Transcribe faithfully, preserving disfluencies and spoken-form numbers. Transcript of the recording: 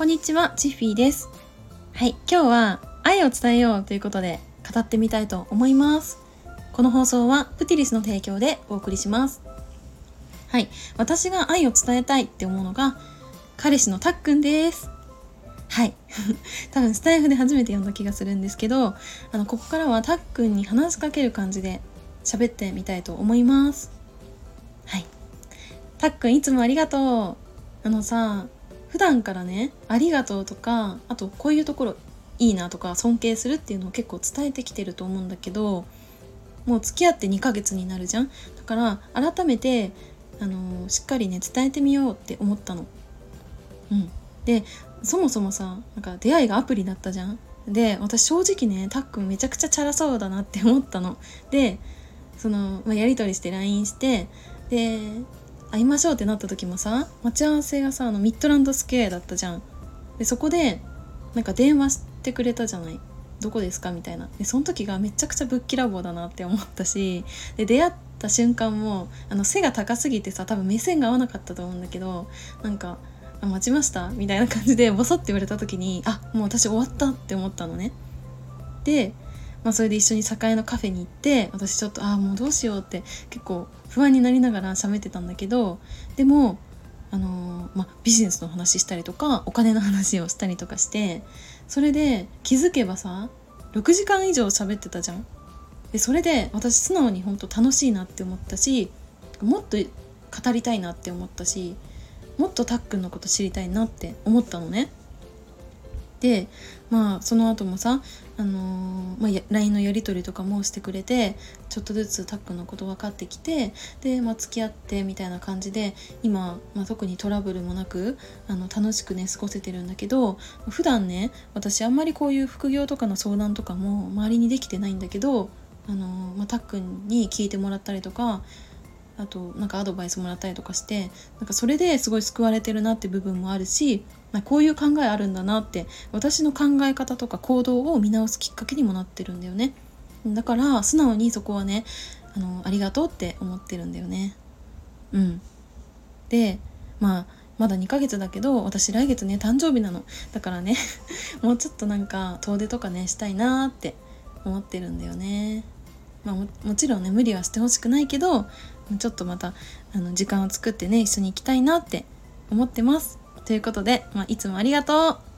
にちは、チッフィーです。はい、今日は愛を伝えようということで語ってみたいと思います。この放送はプティリスの提供でお送りします。はい、私が愛を伝えたいって思うのが彼氏のたっくんです。はい多分スタイフで初めて読んだ気がするんですけど、あのここからはたっくんに話しかける感じで喋ってみたいと思います。はい、たっくんいつもありがとう。あのさ、普段からね、ありがとうとか、あとこういうところいいなとか尊敬するっていうのを結構伝えてきてると思うんだけど、もう付き合ってにかげつになるじゃん。だから改めてあのーしっかりね伝えてみようって思ったの。うんで、そもそもさ、なんか出会いがアプリだったじゃん。で、私正直ね、たっくんめちゃくちゃチャラそうだなって思ったの。で、その、まあ、やり取りして ライン してで会いましょうってなった時もさ、待ち合わせがさ、あのミッドランドスクエアだったじゃん。でそこでなんか電話してくれたじゃない。どこですかみたいな。でその時がめちゃくちゃぶっきらぼうだなって思ったし、で出会った瞬間もあの背が高すぎてさ、多分目線が合わなかったと思うんだけど、なんかあ待ちましたみたいな感じでボソって言われた時に、あもう私終わったって思ったのね。でまあ、それで一緒に栄のカフェに行って、私ちょっとああもうどうしようって結構不安になりながら喋ってたんだけど、でもあのーまあ、ビジネスの話したりとかお金の話をしたりとかして、それで気づけばさろくじかん以上喋ってたじゃん。でそれで私素直に本当楽しいなって思ったし、もっと語りたいなって思ったし、もっとたっくんのこと知りたいなって思ったのね。でまあその後もさ、あのーまあ、ライン のやり取りとかもしてくれて、ちょっとずつたっくんのこと分かってきて、で、まあ、付き合ってみたいな感じで今、まあ、特にトラブルもなくあの楽しくね過ごせてるんだけど、普段ね私あんまりこういう副業とかの相談とかも周りにできてないんだけど、あのーまあ、たっくんに聞いてもらったりとか、あとなんかアドバイスもらったりとかして、なんかそれですごい救われてるなって部分もあるし、まあ、こういう考えあるんだなって私の考え方とか行動を見直すきっかけにもなってるんだよね。だから素直にそこはね、あのありがとうって思ってるんだよね。うんでまあまだにかげつだけど、私来月ね誕生日なの。だからねもうちょっとなんか遠出とかねしたいなって思ってるんだよね。まあ、も, もちろんね無理はしてほしくないけど、ちょっとまたあの時間を作ってね一緒に行きたいなって思ってます。ということで、まあ、いつもありがとう。